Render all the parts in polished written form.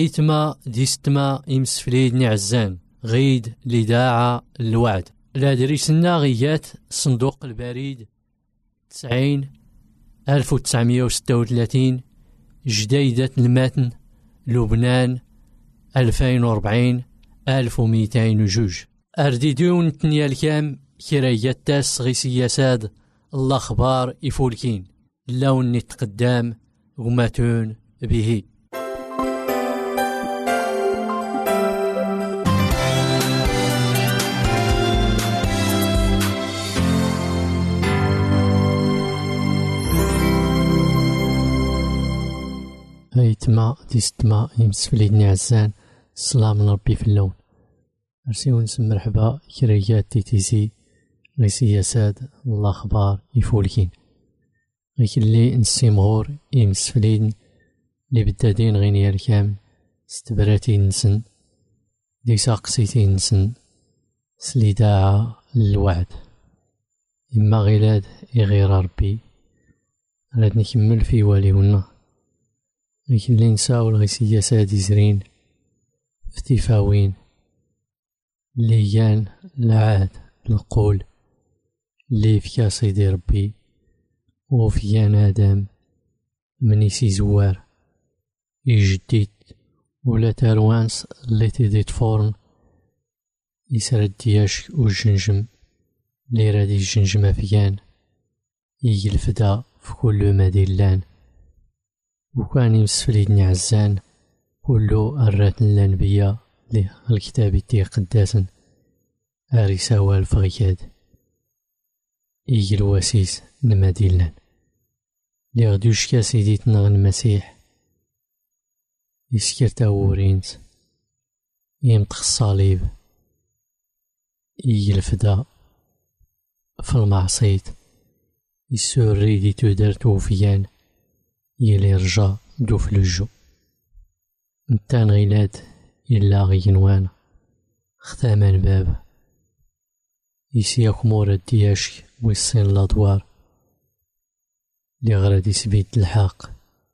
إيتما ديستما إمسفليد نعزان غيد لداعة الوعد لا دريسنا غيات صندوق البريد 90 1936 جديدة المتن لبنان 2040 1202 أرديدون تنيا الكام كرايات تاس غي سياساد الأخبار إفولكين اللون نتقدام غماتون به هيتما ديستما يمسفليدني عزان السلام من ربي في اللون أرسيو نسم مرحبا كريات تيتيسي غي سياساد الأخبار يفولكين غي كلي نسيمغور يمسفليدن لي بدادين غينيا الكامل ستبراتي نسن دي ساقسيتي نسن سليداعة للوعد إما غيلاد يغير ربي غاد نكمل في واليونا غي كلي نساول غي سياسات يزرين فتيفاوين ليان العاد القول اللي فيا سيدي ربي وفيان آدم مني سي زوار يجديد ولا تاروانس اللي تيدي تفورن يسرد دياش والجنجم اللي رادي الجنجم فيان يجي الفدا في كل مدينلان وكان يمسفليدني عزان كلو أرات الأنبياء لي الكتاب دي قداسا أريساوى الفغياد يجي الواسيس نمدينلان لي غدوش كاسيدي تنغ المسيح يسكر تاورينت يمطخ الصليب يجي الفدا في المعصيت يسوري دي تودر توفيان يلي رجا دو فلوجو نتان غيلاد إلا غينوان ختامان باب يسياك مورد دياشك ويصين الأدوار لي غراد يسبيد الحق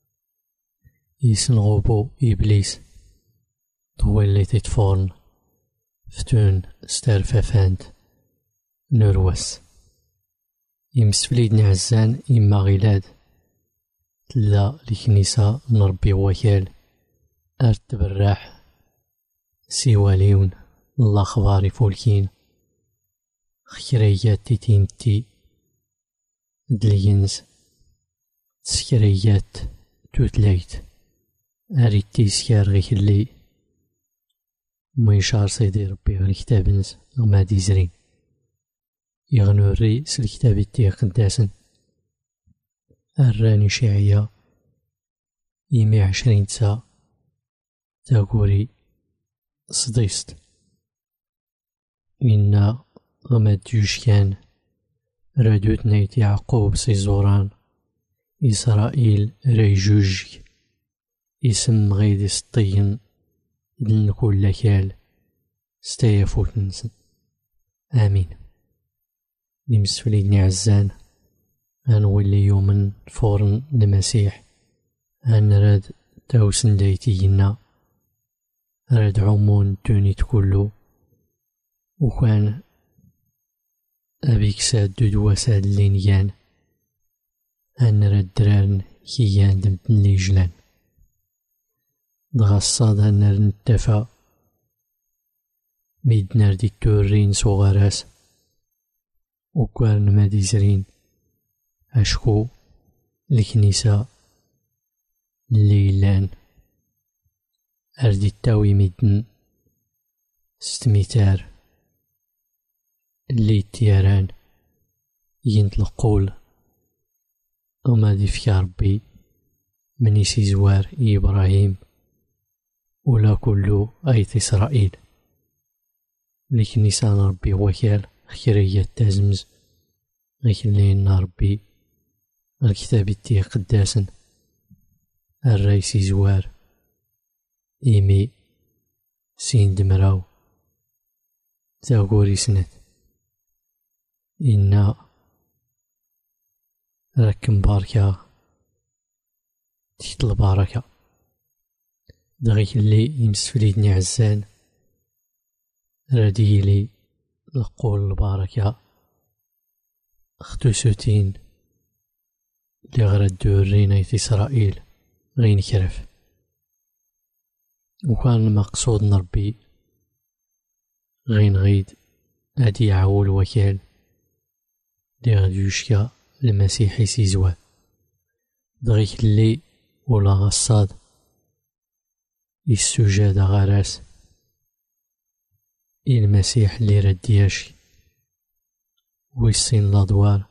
يسنغوبو إبليس طويل تتفورن فتون ستارفافانت نورواس يمسفليدني عزان إما غيلاد تلا الكنيسة نربي وكال أرتب الراح سيواليون الأخبار فولكين خكريات تيتيمتي دلينز تسكريات توتلايت أريد تيسكار غيك اللي ميشار سيدي ربي غير كتابنز وما ديزرين يغنوري سالكتاب تي قداسن الراني شيعية يمي 20 ساعة تاكوري صديست إنا غمد يوشكان رادوت نيت يعقوب سيزوران إسرائيل ريجوجك اسم غيد سطين دن كل كال ستيفوت نسن آمين لمسفليدني عزان أنولي يومن فورن المسيح أن راد تاوسن دايتينا راد عمون تونيت كلو وكان أبيك ساد دودوا ساد لينيان أن راد درارن كيان دمتن ليجلان دغصاد أن راد نتفا ميد ناردي التورين صغاراس وكوارن ماديزرين أشكو الكنيسة الليلان أردي التاوي ميدن 6 اللي تياران ينطلقول وما دي في ربي مني سيزوار إبراهيم ولا كله أيت إسرائيل الكنيسة ربي وكال خيرية تازمز غيكلين ربي الكتاب تي قداسن الرئيس زوار إيمي سين دمراو تاغوري سنت إنا ركن باركا تحت البركة دغيك اللي يمسفليدني عزان رديلي القول البركة اختو سوتين اللي غرد دورينا في إسرائيل غين كرف. وكان المقصود نربي غين غيد هادي يعول وكال اللي غادي يشكى المسيح يسيزوه دغيك اللي ولا غصاد يسجد غراس المسيح اللي ردياش ويسين الأدوار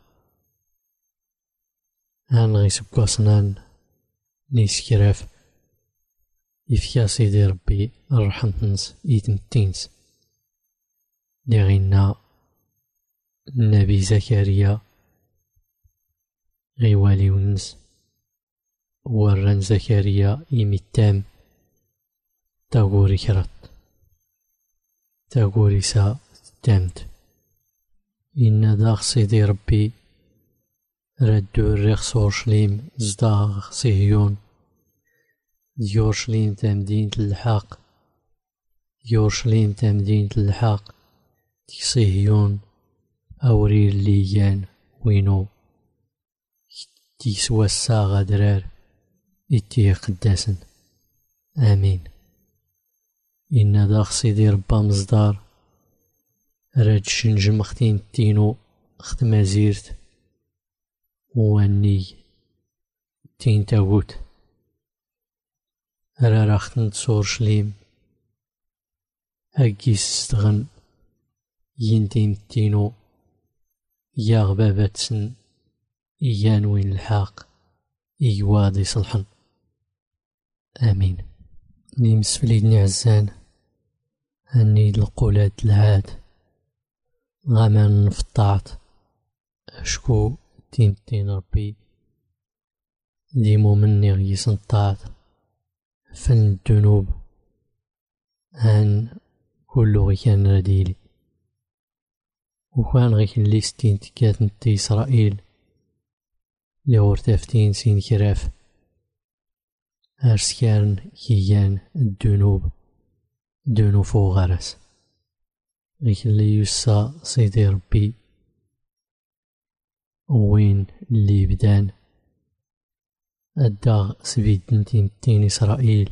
هان غيسبقو صنان نيس كراف يفكا سيدي ربي الرحمتنس يتمتينس لي غينا النبي زكريا غيوالي ونس وران زكريا يمتام تاغوري كرات تاغوري سا تامت إن داغ سيدي ربي ردو الريخ أورشليم زداغ صهيون ديورشليم تمدينة الحق ديورشليم تمدينة الحق دي صهيون أورير ليان وينو تيسوى الساغة درار إتي قداسن آمين. إن داغ سيدي ربا مصدار راد شنجم اختين تينو اخت مازيرت واني تين تاغوت راه ختن تصور شليم هاكي ستغن ينتين تينو يا غباباتسن إيان وين الحاق إيوادي صلحن آمين. نيمس فليدني عزان هني القولات العاد غامان نفطعت أشكو تين ربي ديمو مني غيسن طاعت فن الذنوب هان كله غي كان رديلي وكان غيك اللي ستين تكات نتي إسرائيل اللي ورتافتين سين كراف أرسكارن كيان الذنوب دونو فوق غرس غيك اللي يسا سيدي ربي وين اللي بدان الداغ سبيد نتين إسرائيل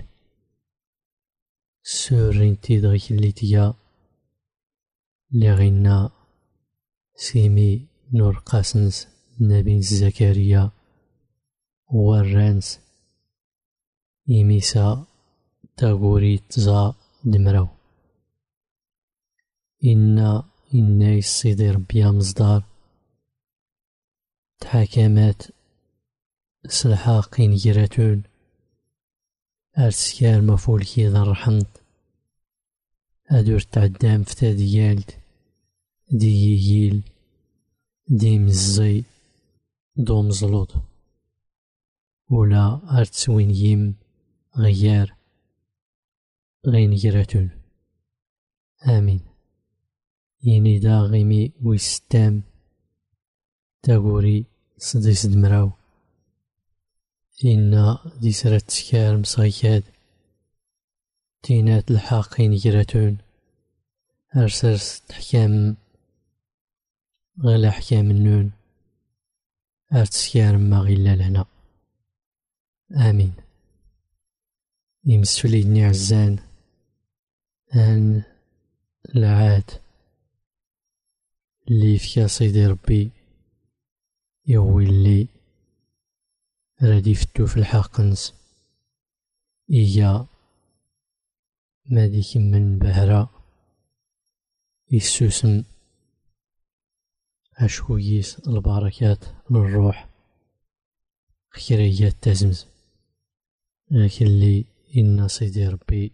سورين تيدغيك اللي تيا اللي غينا سيمي نور قاسنس نبي زكريا ورانس إميسا تاغوري تزا دمراو إنا يصيدي ربي مصدار تحاكمات سلحاقين جراتون أرسكار مفول كيدا رحمت أدور تعدام فتاديالت ديجيل دي مزي دو مزلوط ولا أرتسوين يم غيار غين جراتون آمين. يني دا غيمي ويستام تاغوري صديس دمراو إنا دي سرات تسكار مصغيكاد تينات الحاقين جراتون أرسرس تحكام غير حكام النون أرتسكار ما غيلا لهنا آمين. يمسفليدني عزان أن العاد اللي فيا سيدي ربي يهوي اللي رادي فتو في الحقنس إيا ماديك من بهرة يسوسم أشويس البركات للروح خيريات تزمز لكن اللي إن سيدي ربي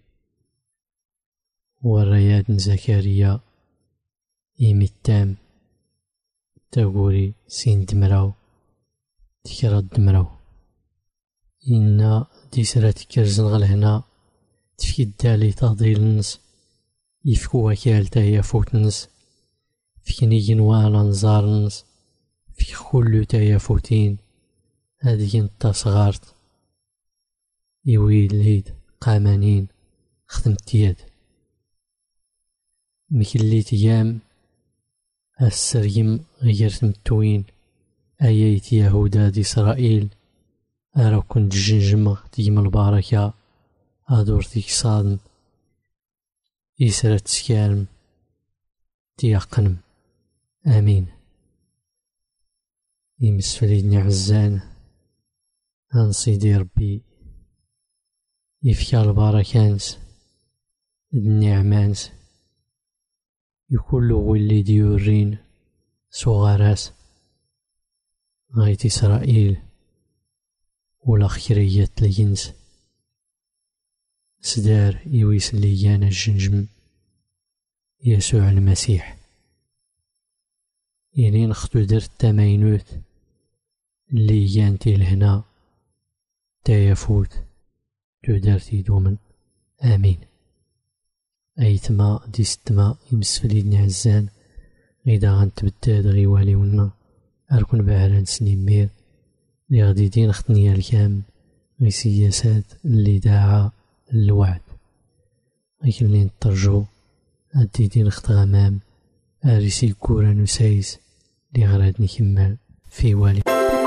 والرياد زكريا إيمتام تاغوري سين دمراو تكرا دمراو إنا ديسرات كرزن غلهنا تفكي الدالي تهضيل النس يفكو وكال تاهي فوتنس فيني جنوانا نزارنس في خلو تاهي فوتين هادي نتا صغارت يويد ليد قامانين خدمت يد مكليت يام السريم غير متوين آيات يهودا دي إسرائيل أرا كنت جنجمة ديما البركة أدور ديك صادم إسرة تسكالم ديقنم آمين. يمسفليدني عزان عن سيدي ربي يفكى البركانس النعمانس يكون ولي ديورين صغاراس غايت إسرائيل ولا خيرية الجنس سدار يويس ليانا الجنجم يسوع المسيح يعني نخطو درت تماينوت اللي يانتي لهنا تيفوت تدارتي دومن آمين. أيتما دي ستما يمسفليدني عزان غيدا غنتبداد غيوالي ونا أركن بعران سنيمير لي غدي دين خطنيا الكام غي سياسات اللي داعا الوعد غيك اللي نترجو أدي دين خط غمام أريسي كورا نسايس لي غراد نكمل في والي.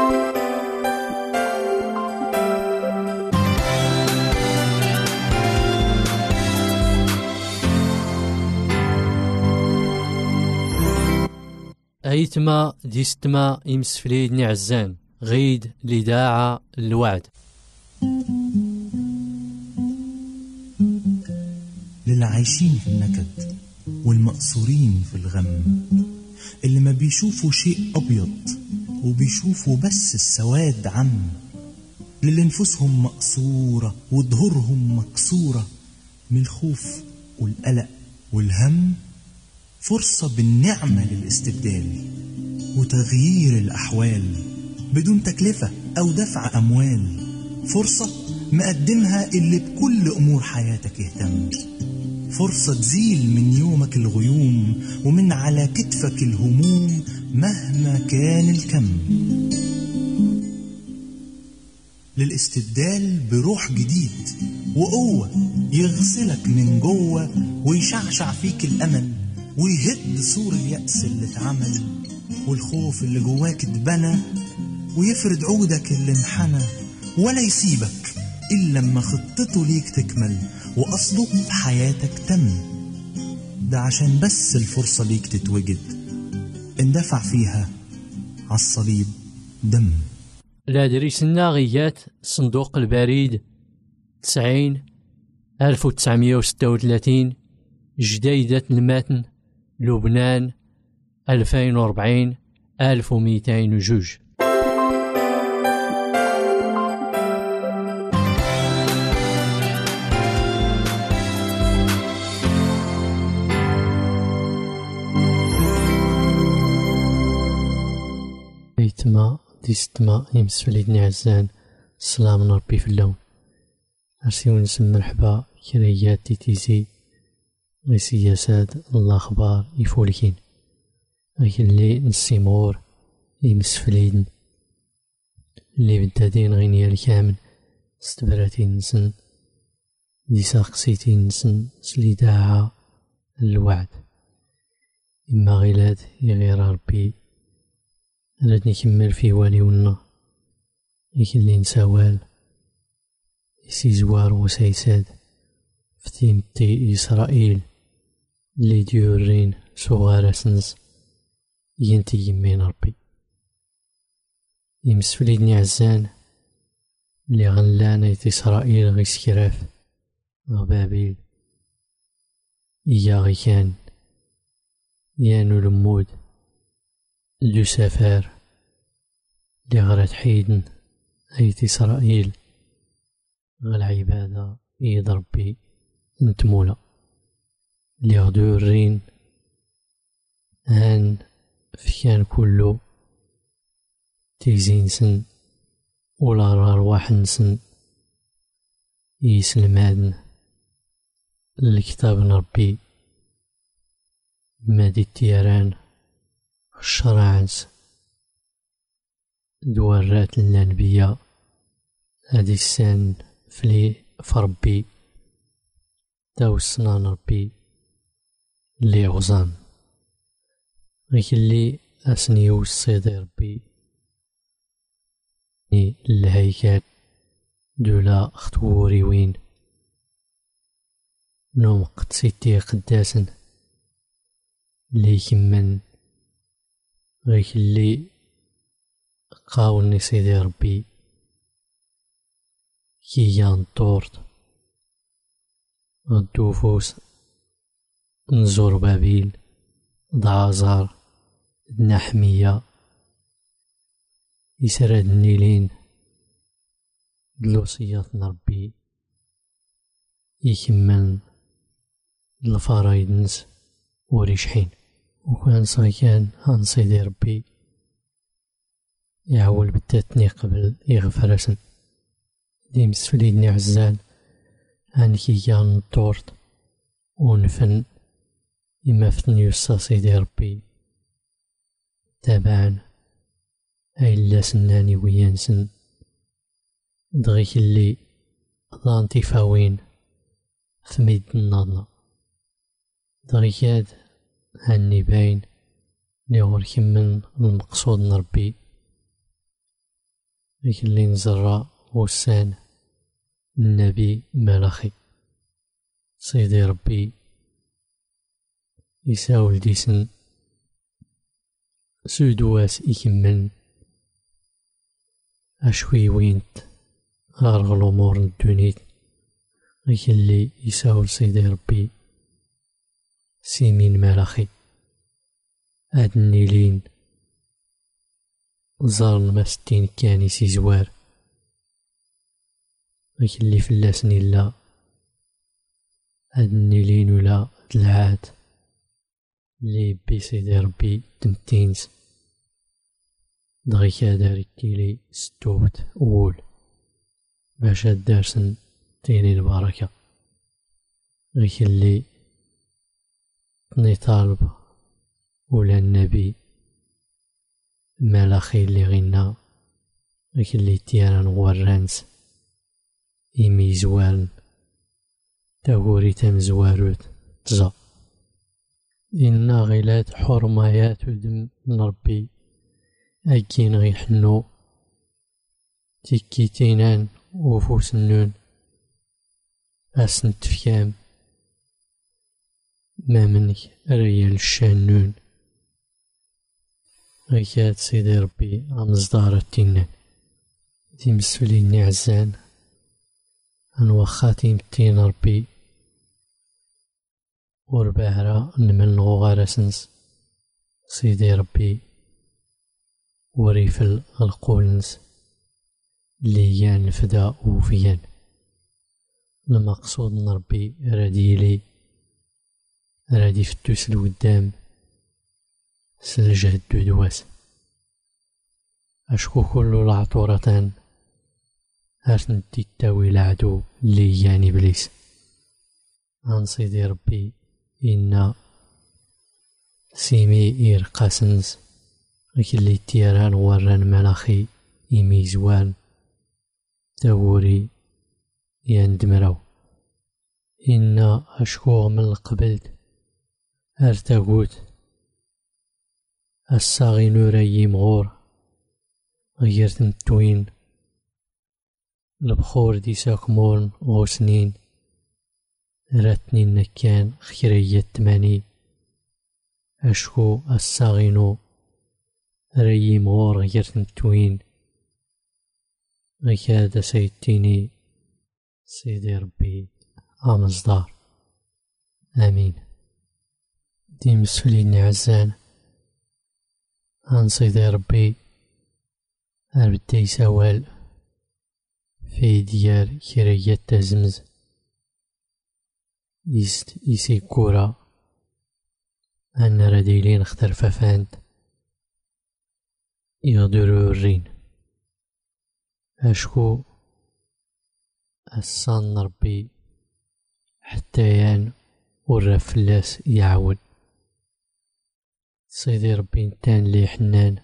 أيتما ديستما يمسفليدني عزان غيد لداعة الوعد. للعايشين في النكد والمقصورين في الغم اللي ما بيشوفوا شيء أبيض وبيشوفوا بس السواد عم، للي نفوسهم مقصورة وظهورهم مكسورة من الخوف والقلق والهم، فرصة بالنعمة للاستبدال وتغيير الأحوال بدون تكلفة أو دفع أموال، فرصة مقدمها اللي بكل أمور حياتك يهتم، فرصة تزيل من يومك الغيوم ومن على كتفك الهموم مهما كان الكم، للاستبدال بروح جديد وقوة يغسلك من جوه ويشعشع فيك الأمل ويهد سور اليأس اللي اتعمل والخوف اللي جواك اتبنى، ويفرد عودك اللي انحنى ولا يسيبك إلا لما خطته ليك تكمل وأصله في حياتك تم. ده عشان بس الفرصة ليك تتوجد اندفع فيها عالصليب دم. الأدريس الناغيات صندوق البريد 90-1936 جديدة المتن لبنان 2040-1202. أيتما ديستما يمسفليدني عزان السلام من ربي في اللون أرسيو نسم مرحبا كريات تيتيزي غي سياسات الأخبار يفولكين غي اللي نسيمور يمسفليدن اللي بدادين غينيا الكامل استبراتين نسن دي ساقسيتين نسن سليداعا الوعد إما غيلاد يغير ربي راد نكمل في واليونا إيك اللي نساوال يسي زوار وسيساد فتيمتي إسرائيل اللي ديورين صغار سنس ينتي يمين ربي يمسفليدني عزان اللي غنلانا يتي إسرائيل غي سكراف غبابيل إيا غي كان يانو لمود دو سفار اللي غرات حيدن أيت إسرائيل غالعبادة إيد ربي نتمولا اللي غدو الرين هان فكان كلو تيزين سن ولا رواح نسن يسلمادن الكتاب ربي مادي التيران الشرعنس دوارات الأنبياء هادي السان فلي فربي تاو السنان ربي اللي غزان غيك اللي أسنيو الصيدي ربي الهيكل دولا خطوري وين نوم قد سيتي قداسن اللي كمن غيك اللي قاولني سيدي ربي كي جان طورت غدوفوس نزور بابيل دعازار نحمية يسرد النيلين دلوسيات ربي يكمل الفرايدنس وريشحين وكان صايكان عن سيدي ربي يعول بالتاتني قبل يغفرسن ديم سفليدني عزال عن كيان الدورت ونفن إما فتن يسا سيدي ربي تابعا أيلا سناني ويانسن دغيك اللي ضانتي فاوين ثميد الناضنا دغيكاد هاني باين ليغور كمن المقصود نربي ديك اللي نزرع وسان النبي ملاخي سيدي ربي يساول ديسن سودواس يكمن أشوي وينت غارغ الأمور الدونيت غيك اللي يساول سيدي ربي سيمين ملاخي هاد النيلين زار المستين كاني سي زوار غيك اللي فلاسن إلا هاد النيلين ولا دلعات اللي بي سيدي ربي تمتينس دغيك داري كيلي ستوبت أول باش دارسن تيني البركة غيك اللي تني طالب ولا النبي ملاخي اللي غينا غيك اللي تيران غورانس إيمي زوالن تاغوري تمزواروت تزا إنا غيلات حرمايات ودم من ربي أكين غيحنو تيكيتينان وفوس النون أسن تفكام ما منك ريال الشانون غيكات سيدي ربي أمزدار التنان دي مسفليني عزان أنوخاتي متين ربي ورباهرا نمل غارسنس سيدي ربي وريفل القولنس ليان الفدا وفيان المقصود من ربي راديلي رادي فتوس الودام سلجه الدودواس أشكو كل العطورتان هرسن تيتاوي العدو ليان إبليس عن سيدي ربي إنا سيمي إيرقاسنس غيك اللي تيران وران ملاخي إيمي زوان تاوري يندمراو إنا أشكو من القبلت أرتاقوت الساغي نوري مغور غيرت نتوين البخور دي ساكمورن غوسنين راتني نكان خيرية تماني أشكو الساغينو ريي مغور غيرت نتوين غيكاد سيتيني سيدي ربي أمزدار آمين دي مسفليني عزان عن سيدي ربي أربدي سوال في ديار كرية تزمز يسي كورا أن رديلين اختر ففاند يغدروا الرين أشكو الصان ربي حتى يان والرفلاس يعود سيدي ربي نتان لي حنان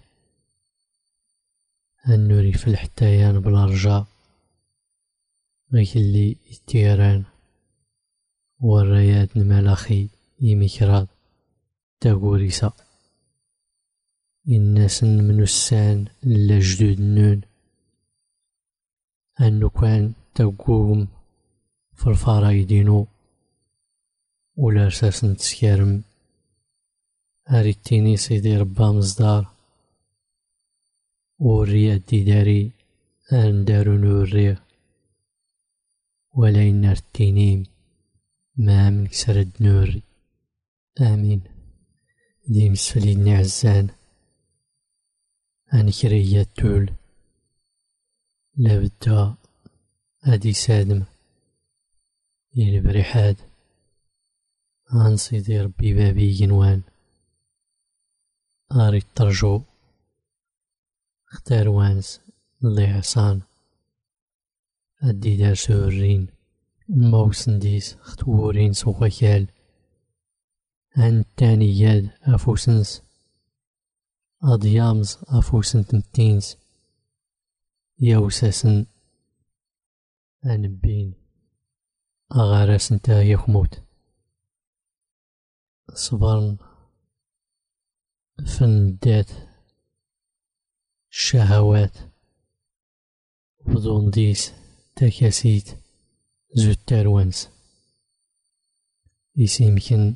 النوري في الحتايان بلا رجاء غيك اللي يتيران والريات نمالاخي يميكراد تاغوريسا الناس من السان لا جدود نون أنو كان تاقوهم في الفرايدينو ولا رساس تسكارم أريتيني سيدي ربا مصدار وريا ديداري أندارو نوري ولا ينار التينيم ما من كسرد نوري آمين. دي مسفليني عزان أنكريا تول لابد أدي سادم يلبريحاد عن سيدي ربي بابي جنوان أريد ترجو اختار وانس اللي عصان أدي دار سورين موسن ديس اختورين سوخيال عن تاني ياد أفوسنس أضيامز أفوسن تمتينس يوساسن أنبين أغارسن تاهي خموت صبرن فندات الشهوات بدون ديس تكاسيت زود تاروانس يسيمكن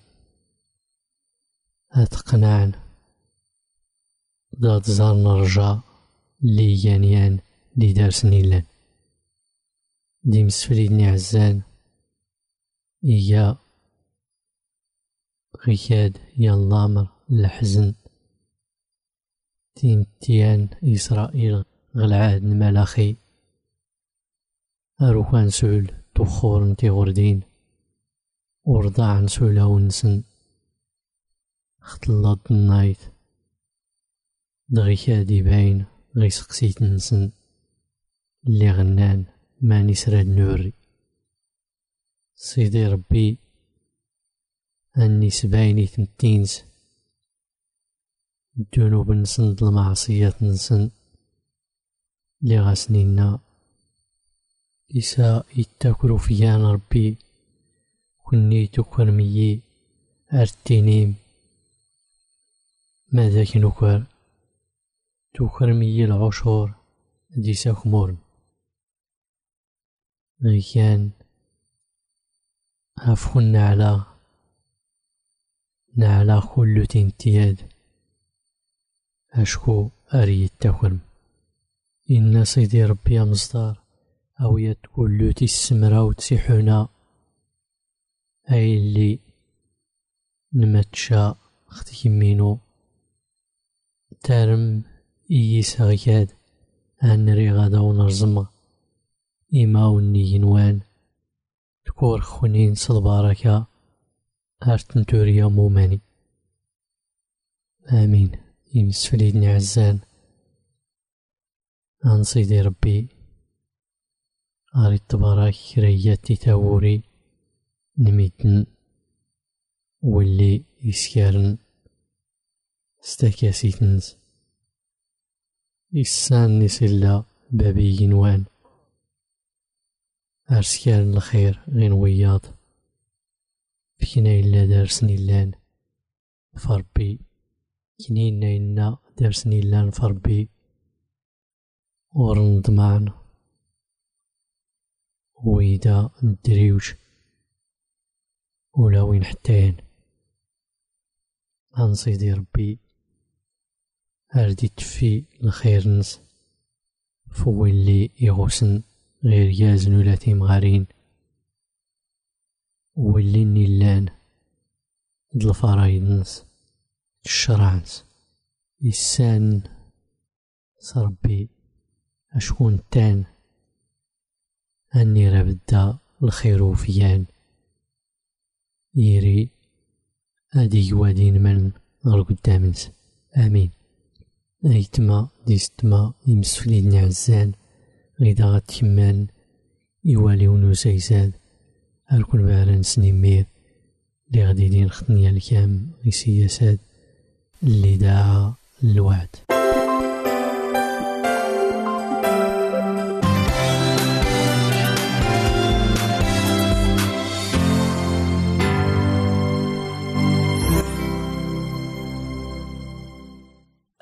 أتقنعن ضاد زار نرجع لي يانيان لي دارسني لان دي مسفليدني عزان إيا غياد ينلامر الحزن تيمتيان إسرائيل غالعاد نمالاخي أروخان سول تخور نتي غردين ورضاع نسولا ونسن اختلط النايت دغيكادي باين غي سقسيت نسن اللي غنان ماني سراد نوري سيدي ربي أني سبايني تمتينس الذنوب نسن المعصيات نسن اللي غاسنينا إسا يتاكرو فيان ربي كني تكرميي أرتينيم ماذا كنكر تكرميي العشور ديسا خمورن غيكان هفخن نعلا كل تنتياد أشكو أريد تكرم إن سيدي ربي مصدار أو يتقول السمرا وتسيحونا أي اللي نمتشا اختي مينو تارم إيسا غياد أنري غادا ونرزم إما وني ينوان تكور خونين صلباركا هارتن توريا موماني آمين. يمسفليدني عزان عن سيدي ربي أريد تبارك رياتي تاوري نميتن واللي يسكارن ستاكاسيتنز إسان نسلا بابي ينوان أرسكارن الخير غين وياض بكنا إلا دارسني اللان فربي كنينا إنا دارسني اللان فربي ورند معنا ويدا ندريوش ولا وين حتين عن سيدي ربي أردي تفي الخير نس فو اللي يغوسن غير يازن ولا تيمغارين واللي نيلان دل فرايد نس الشرعنس يسان صربي أشكون تان أني ربدا الخير فيان يري أدي وادين من غير قدامنس آمين. أيتما ديستما يمسفليدني عزان غيدا غاتكمان يواليونو سيساد أركون باران سنيمير لي غادي دين خطنيا الكام غيسياساد اللي داعا الوعد.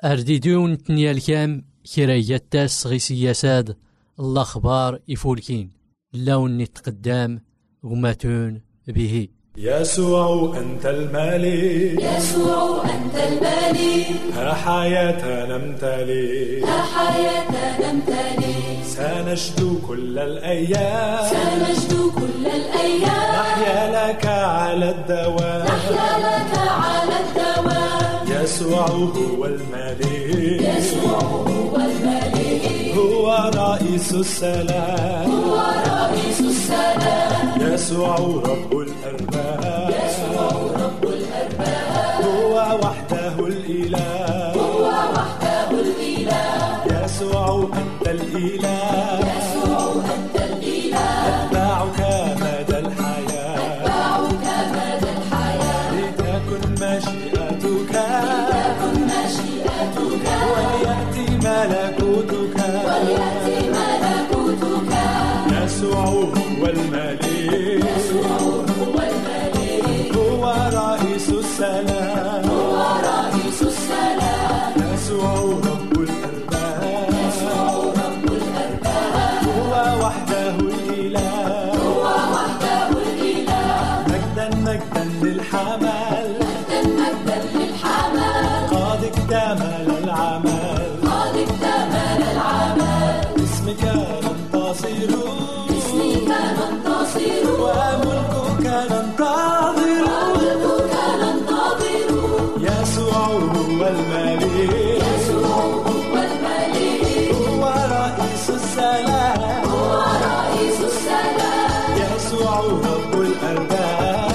أرديدون تنيا الكام كرايات تاس غي سياساد الأخبار يفولكين اللون نتقدام غماتون به. يسوع أنت الملك، يسوع أنت الملك، ها حياتنا امتلك، ها حياتنا امتلك، سنجد كل الأيام، سنجد كل الأيام، نحيا لك على الدوام، نحيا لك على الدوام. يسوع هو الملك، يسوع هو الملك، هو رئيس السلام، هو رئيس السلام. يسوع رب الأرباب، يسوع رب الأرباب، هو وحده الإله، هو وحده الإله. يسوع أنت الإله، يسوع أنت الإله، أتبعك مدى الحياة، أتبعك مدى الحياة. لتكن مشيئتك، لتكن مشيئتك، وليأتي ملكوتك، وليأتي ملكوتك. يسوع هو الملك، يسوع هو الملك، هو رئيس السلام، هو رئيس السلام. يسوع رب الأرباب، يسوع رب الأرباب، هو وحده الإله، هو وحده الإله. مجدا مجدا للحمل، مجدا مجدا للحمل، قد اكتمل العمل، قد اكتمل العمل. اسمك ننتصر، باسمك ننتصر، وملكك ننتظر، وملكك ننتظر. يسوع هو الملك، يسوع هو الملك، هو رئيس السلام، هو رئيس السلام. يسوع رب الأرباب،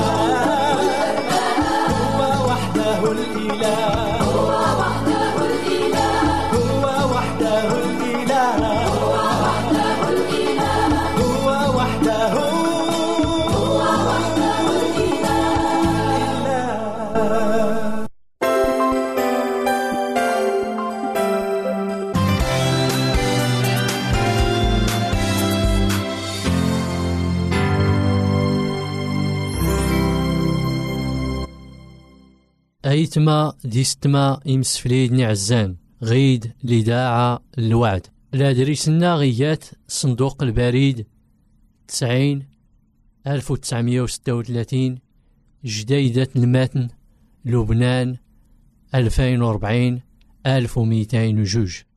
هو وحده الإله، هو وحده الإله، هو وحده الإله، هو وحده الإله، هو وحده هو وحده الإله. أيتما ديستما إمسفليدني عزان غيد لداعة الوعد لا دريسنا غيات صندوق البريد 90-1936 جديدة المتن لبنان 2040-1202.